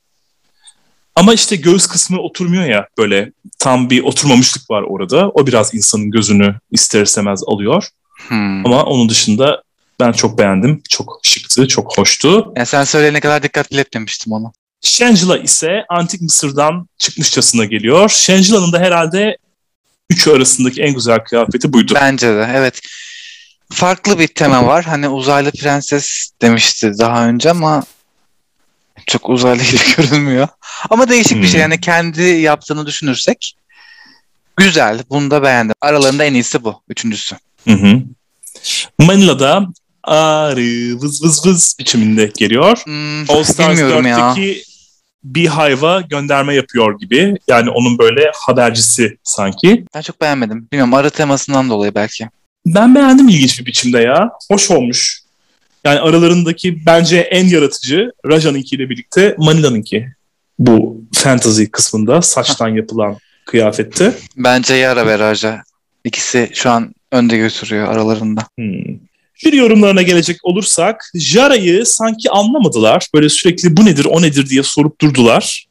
Ama işte göğüs kısmı oturmuyor ya, böyle tam bir oturmamışlık var orada. O biraz insanın gözünü ister istemez alıyor. Hmm. Ama onun dışında ben çok beğendim. Çok şıktı, çok hoştu. Ya sen söyleyene kadar dikkat bile etmemiştim onu. Shangela ise Antik Mısır'dan çıkmışçasına geliyor. Shangela'nın da herhalde üçü arasındaki en güzel kıyafeti buydu. Bence de, evet. Farklı bir tema var. Hani uzaylı prenses demişti daha önce ama çok uzaylı gibi görünmüyor. Ama değişik hmm. bir şey. Yani kendi yaptığını düşünürsek güzel. Bunu da beğendim. Aralarında en iyisi bu. Üçüncüsü. Hı hı. Manila'da arı vız vız vız biçiminde geliyor. Hmm, All Stars dörtteki bir hayva gönderme yapıyor gibi. Yani onun böyle habercisi sanki. Ben çok beğenmedim. Bilmiyorum, arı temasından dolayı belki. Ben beğendim ilginç bir biçimde ya. Hoş olmuş. Yani aralarındaki bence en yaratıcı Raja'nınkiyle birlikte Manila'nınki. Bu fantasy kısmında saçtan yapılan kıyafette. Bence Yara ve Raja. İkisi şu an önde götürüyor aralarında. Hmm. Jüri yorumlarına gelecek olursak Jara'yı sanki anlamadılar. Böyle sürekli bu nedir o nedir diye sorup durdular.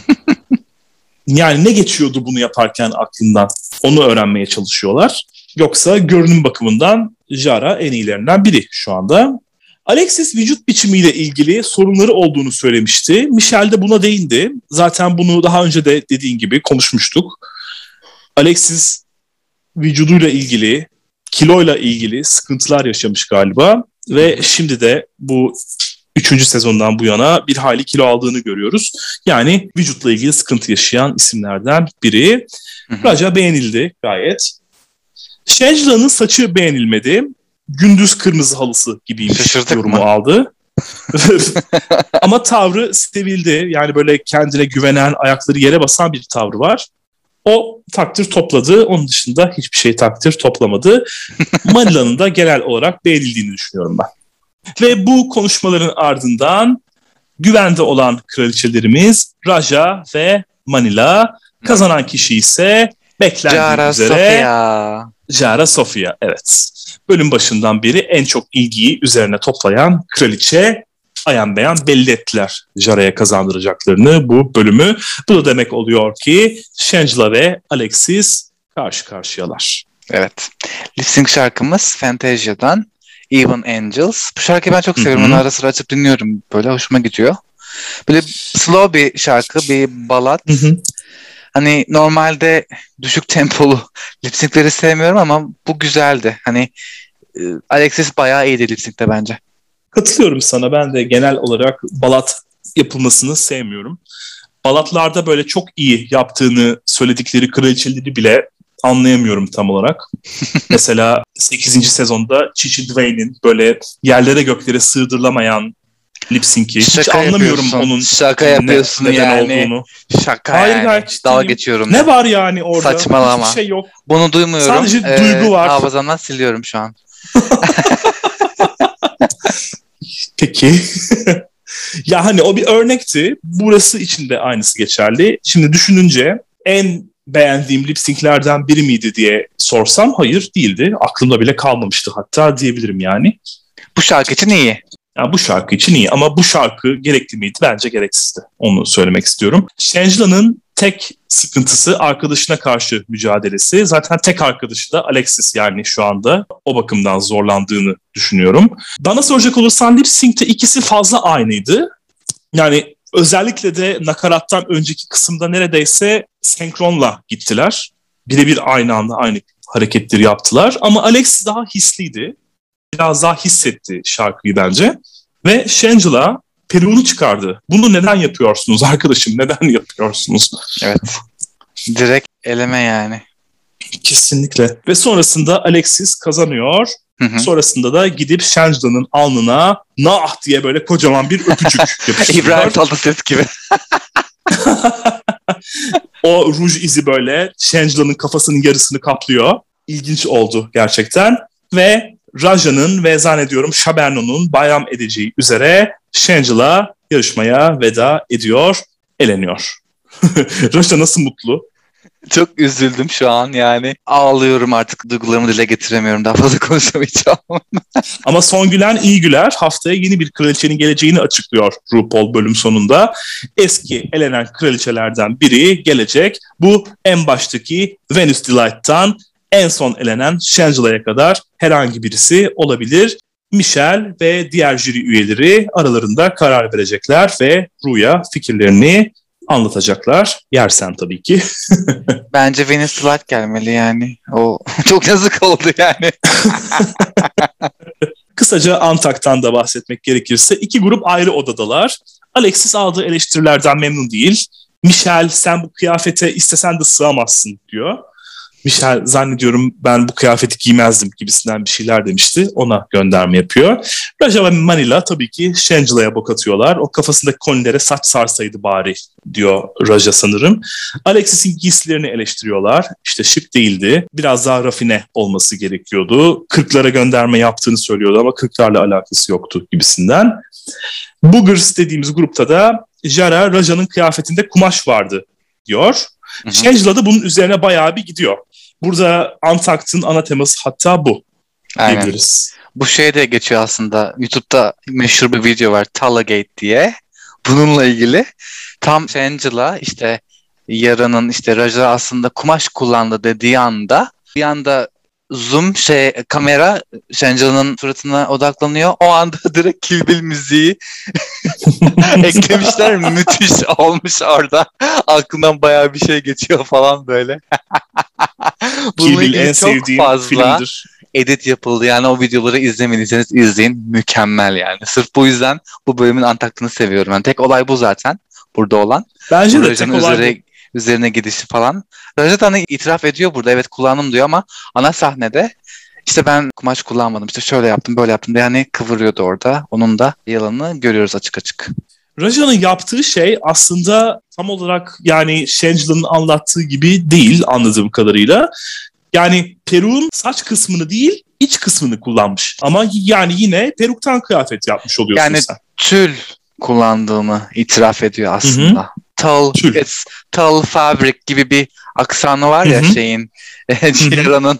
Yani ne geçiyordu bunu yaparken aklından? Onu öğrenmeye çalışıyorlar. Yoksa görünüm bakımından Jara en iyilerinden biri şu anda. Alexis vücut biçimiyle ilgili sorunları olduğunu söylemişti. Michelle de buna değindi. Zaten bunu daha önce de dediğin gibi konuşmuştuk. Alexis vücuduyla ilgili, kiloyla ilgili sıkıntılar yaşamış galiba. Ve şimdi de bu üçüncü sezondan bu yana bir hayli kilo aldığını görüyoruz. Yani vücutla ilgili sıkıntı yaşayan isimlerden biri. Raja beğenildi gayet. Shangela'nın saçı beğenilmedi. Gündüz kırmızı halısı gibiymiş. Şaşırdık yorumu mı? aldı. Ama tavrı sevildi. Yani böyle kendine güvenen, ayakları yere basan bir tavrı var. O takdir topladı. Onun dışında hiçbir şey takdir toplamadı. Manila'nın da genel olarak beğenildiğini düşünüyorum ben. Ve bu konuşmaların ardından güvende olan kraliçelerimiz Raja ve Manila. Kazanan kişi ise beklendiği Jara üzere Sofia. Jara Sofia, evet. Bölüm başından beri en çok ilgiyi üzerine toplayan kraliçe, ayan beyan belli ettiler Jara'ya kazandıracaklarını bu bölümü. Bu da demek oluyor ki Shangela ve Alexis karşı karşıyalar. Evet. Lip sync şarkımız Fantasia'dan Even Angels. Bu şarkıyı ben çok seviyorum. Hı-hı. Onu ara sıra açıp dinliyorum. Böyle hoşuma gidiyor. Böyle slow bir şarkı, bir ballad. Hı-hı. Hani normalde düşük tempolu lip sync'leri sevmiyorum ama bu güzeldi. Hani Alexis bayağı iyiydi lip sync'te bence. Katılıyorum sana. Ben de genel olarak balat yapılmasını sevmiyorum. Balatlarda böyle çok iyi yaptığını söyledikleri kraliçeleri bile anlayamıyorum tam olarak. Mesela sekizinci sezonda Chichi Dwayne'in böyle yerlere göklere sığdırılamayan lip sync'i. Hiç anlamıyorum onun şaka yapıyorsun ne, neden yani. olduğunu. Şaka Hayır, yani. gayet Dalga geçiyorum. Ne ya. var yani orada? Saçmalama. Hiçbir şey yok. Bunu duymuyorum. Sadece ee, duygu var. Hafızamdan siliyorum şu an. Peki. Ya hani o bir örnekti. Burası için de aynısı geçerli. Şimdi düşününce en beğendiğim lip sync'lerden biri miydi diye sorsam hayır değildi. Aklımda bile kalmamıştı hatta diyebilirim yani. Bu şarkı için iyi. Yani bu şarkı için iyi ama bu şarkı gerekli miydi? Bence gereksizdi. Onu söylemek istiyorum. Shangela'nın tek sıkıntısı arkadaşına karşı mücadelesi. Zaten tek arkadaşı da Alexis, yani şu anda o bakımdan zorlandığını düşünüyorum. Bana soracak olursan lip sync'te ikisi fazla aynıydı. Yani özellikle de nakarattan önceki kısımda neredeyse senkronla gittiler. Birebir aynı anda aynı hareketleri yaptılar. Ama Alex daha hisliydi. Biraz daha hissetti şarkıyı bence. Ve Shangela peruğunu çıkardı. Bunu neden yapıyorsunuz arkadaşım? Neden yapıyorsunuz? Evet. Direkt eleme yani. Kesinlikle. Ve sonrasında Alexis kazanıyor. Hı hı. Sonrasında da gidip Shangela'nın alnına nah diye böyle kocaman bir öpücük yapıştırıyor. İbrahim Tatlıses gibi. O ruj izi böyle Shangela'nın kafasının yarısını kaplıyor. İlginç oldu gerçekten. Ve Raja'nın ve zannediyorum Shaberno'nun bayram edeceği üzere Shangela yarışmaya veda ediyor, eleniyor. Raja nasıl mutlu? Çok üzüldüm şu an yani. Ağlıyorum artık, duygularımı dile getiremiyorum. Daha fazla konuşamayacağım. Ama son gülen iyi güler. Haftaya yeni bir kraliçenin geleceğini açıklıyor RuPaul bölüm sonunda. Eski elenen kraliçelerden biri gelecek. Bu en baştaki Venus Delight'tan en son elenen Shangela'ya kadar herhangi birisi olabilir. Michelle ve diğer jüri üyeleri aralarında karar verecekler ve Ru'ya fikirlerini anlatacaklar. Yersen tabii ki. Bence Venus Delight gelmeli yani. O çok yazık oldu yani. Kısaca Antak'tan da bahsetmek gerekirse iki grup ayrı odadalar. Alexis aldığı eleştirilerden memnun değil. Michelle sen bu kıyafete istesen de sığamazsın diyor. Michelle zannediyorum ben bu kıyafeti giymezdim gibisinden bir şeyler demişti. Ona gönderme yapıyor. Raja ve Manila tabii ki Shangela'ya bok atıyorlar. O kafasındaki konilere saç sarsaydı bari diyor Raja sanırım. Alexis'in giysilerini eleştiriyorlar. İşte şık değildi. Biraz daha rafine olması gerekiyordu. kırklara gönderme yaptığını söylüyordu ama kırklarla alakası yoktu gibisinden. Boogers dediğimiz grupta da Jara Raja'nın kıyafetinde kumaş vardı diyor. Shangela da bunun üzerine bayağı bir gidiyor. Burada Untucked'ın ana teması hatta bu diyebiliriz. Bu şey de geçiyor aslında. YouTube'da meşhur bir video var, Talagate diye. Bununla ilgili tam Shangela işte Yara'nın işte Raja aslında kumaş kullandı dediği anda bir anda zoom şey kamera Shangela'nın suratına odaklanıyor. O anda direkt Kill Bill müziği eklemişler. Müthiş olmuş orada. Aklımdan bayağı bir şey geçiyor falan böyle. Kill Bill en sevdiğim fazla filmdir. Edit yapıldı. Yani o videoları izlemediyseniz izleyin. Mükemmel yani. Sırf bu yüzden bu bölümün Antakt'ını seviyorum. Yani tek olay bu zaten. Burada olan. Bence de tek olay üzere, bu. Üzerine gidişi falan. Raja da itiraf ediyor burada. Evet kullandım diyor ama ana sahnede işte ben kumaş kullanmadım. İşte şöyle yaptım böyle yaptım diye yani kıvırıyordu orada. Onun da yalanını görüyoruz açık açık. Raja'nın yaptığı şey aslında tam olarak yani Shangela'nın anlattığı gibi değil anladığım kadarıyla. Yani peruğun saç kısmını değil iç kısmını kullanmış. Ama yani yine peruktan kıyafet yapmış oluyorsun yani sen. Yani tül kullandığını itiraf ediyor aslında. Hı-hı. Tall, it's tall fabric gibi bir aksanı var ya Hı-hı. şeyin, Jira'nın.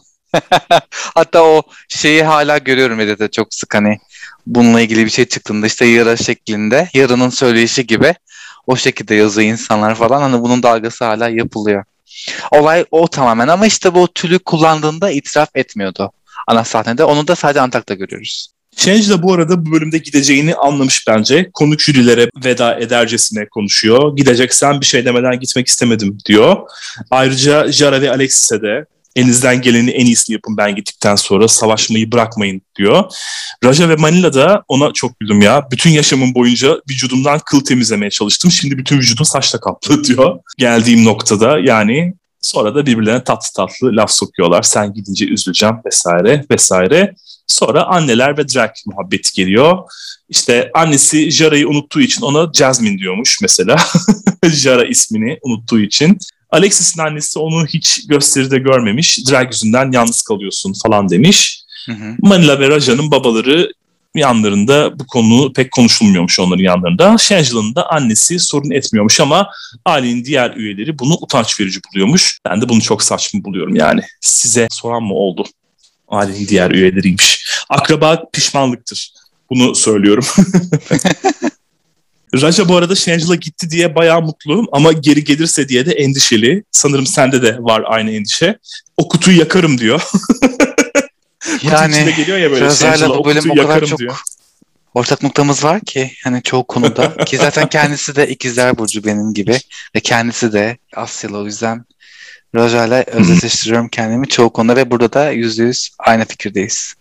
Hatta o şeyi hala görüyorum Reddit'te çok sık hani bununla ilgili bir şey çıktığında işte Yara şeklinde, Yara'nın söyleyişi gibi o şekilde yazıyor insanlar falan. Hani bunun dalgası hala yapılıyor. Olay o tamamen ama işte bu tülü kullandığında itiraf etmiyordu ana sahnede. Onu da sadece Antak'ta görüyoruz. Shangela bu arada bu bölümde gideceğini anlamış bence. Konuk jürilere veda edercesine konuşuyor. Gideceksen bir şey demeden gitmek istemedim diyor. Ayrıca Jara ve Alexis'e de elinizden geleni en iyisini yapın ben gittikten sonra savaşmayı bırakmayın diyor. Raja ve Manila da ona çok güldüm ya. Bütün yaşamım boyunca vücudumdan kıl temizlemeye çalıştım. Şimdi bütün vücudum saçla kaplı diyor. Geldiğim noktada yani sonra da birbirlerine tatlı tatlı laf sokuyorlar. Sen gidince üzüleceğim vesaire vesaire. Sonra anneler ve drag muhabbeti geliyor. İşte annesi Jara'yı unuttuğu için ona Jasmine diyormuş mesela. Jara ismini unuttuğu için. Alexis'in annesi onu hiç gösteride görmemiş. Drag yüzünden yalnız kalıyorsun falan demiş. Hı hı. Manila ve Raja'nın babaları yanlarında bu konu pek konuşulmuyormuş onların yanlarında. Shangela'nın da annesi sorun etmiyormuş ama ailenin diğer üyeleri bunu utanç verici buluyormuş. Ben de bunu çok saçma buluyorum yani. Size soran mı oldu? Ailenin diğer üyeleriymiş. Akraba pişmanlıktır. Bunu söylüyorum. Raja bu arada Shangela gitti diye bayağı mutlu ama geri gelirse diye de endişeli. Sanırım sende de var aynı endişe. O kutuyu yakarım diyor. Yani Kutu geliyor ya böyle Raja'yla bu bölüm o kadar çok diyor. ortak noktamız var ki hani çoğu konuda ki zaten kendisi de ikizler burcu benim gibi ve kendisi de Asyalı, o yüzden Raja'yla özdeşleştiriyorum kendimi çoğu konuda ve burada da yüzde yüz aynı fikirdeyiz.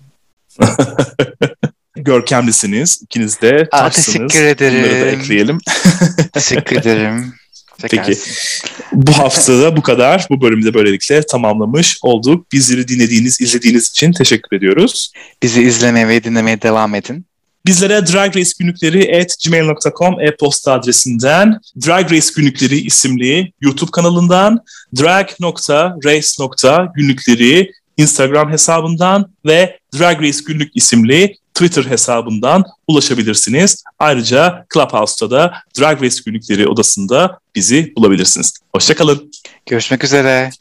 Görkemlisiniz. İkiniz de taşsınız. Teşekkür ederim. Bunları da ekleyelim. Teşekkür ederim. Peki. Bu haftada bu kadar. Bu bölümü de böylelikle tamamlamış olduk. Bizleri dinlediğiniz, izlediğiniz için teşekkür ediyoruz. Bizi izlemeye ve dinlemeye devam edin. Bizlere Drag Race Günlükleri at gmail nokta com e-posta adresinden, Drag Race Günlükleri isimli YouTube kanalından, drag nokta race nokta günlükleri Instagram hesabından ve Drag Race Günlük isimli Twitter hesabından ulaşabilirsiniz. Ayrıca Clubhouse'da da Drag Race Günlükleri odasında bizi bulabilirsiniz. Hoşça kalın. Görüşmek üzere.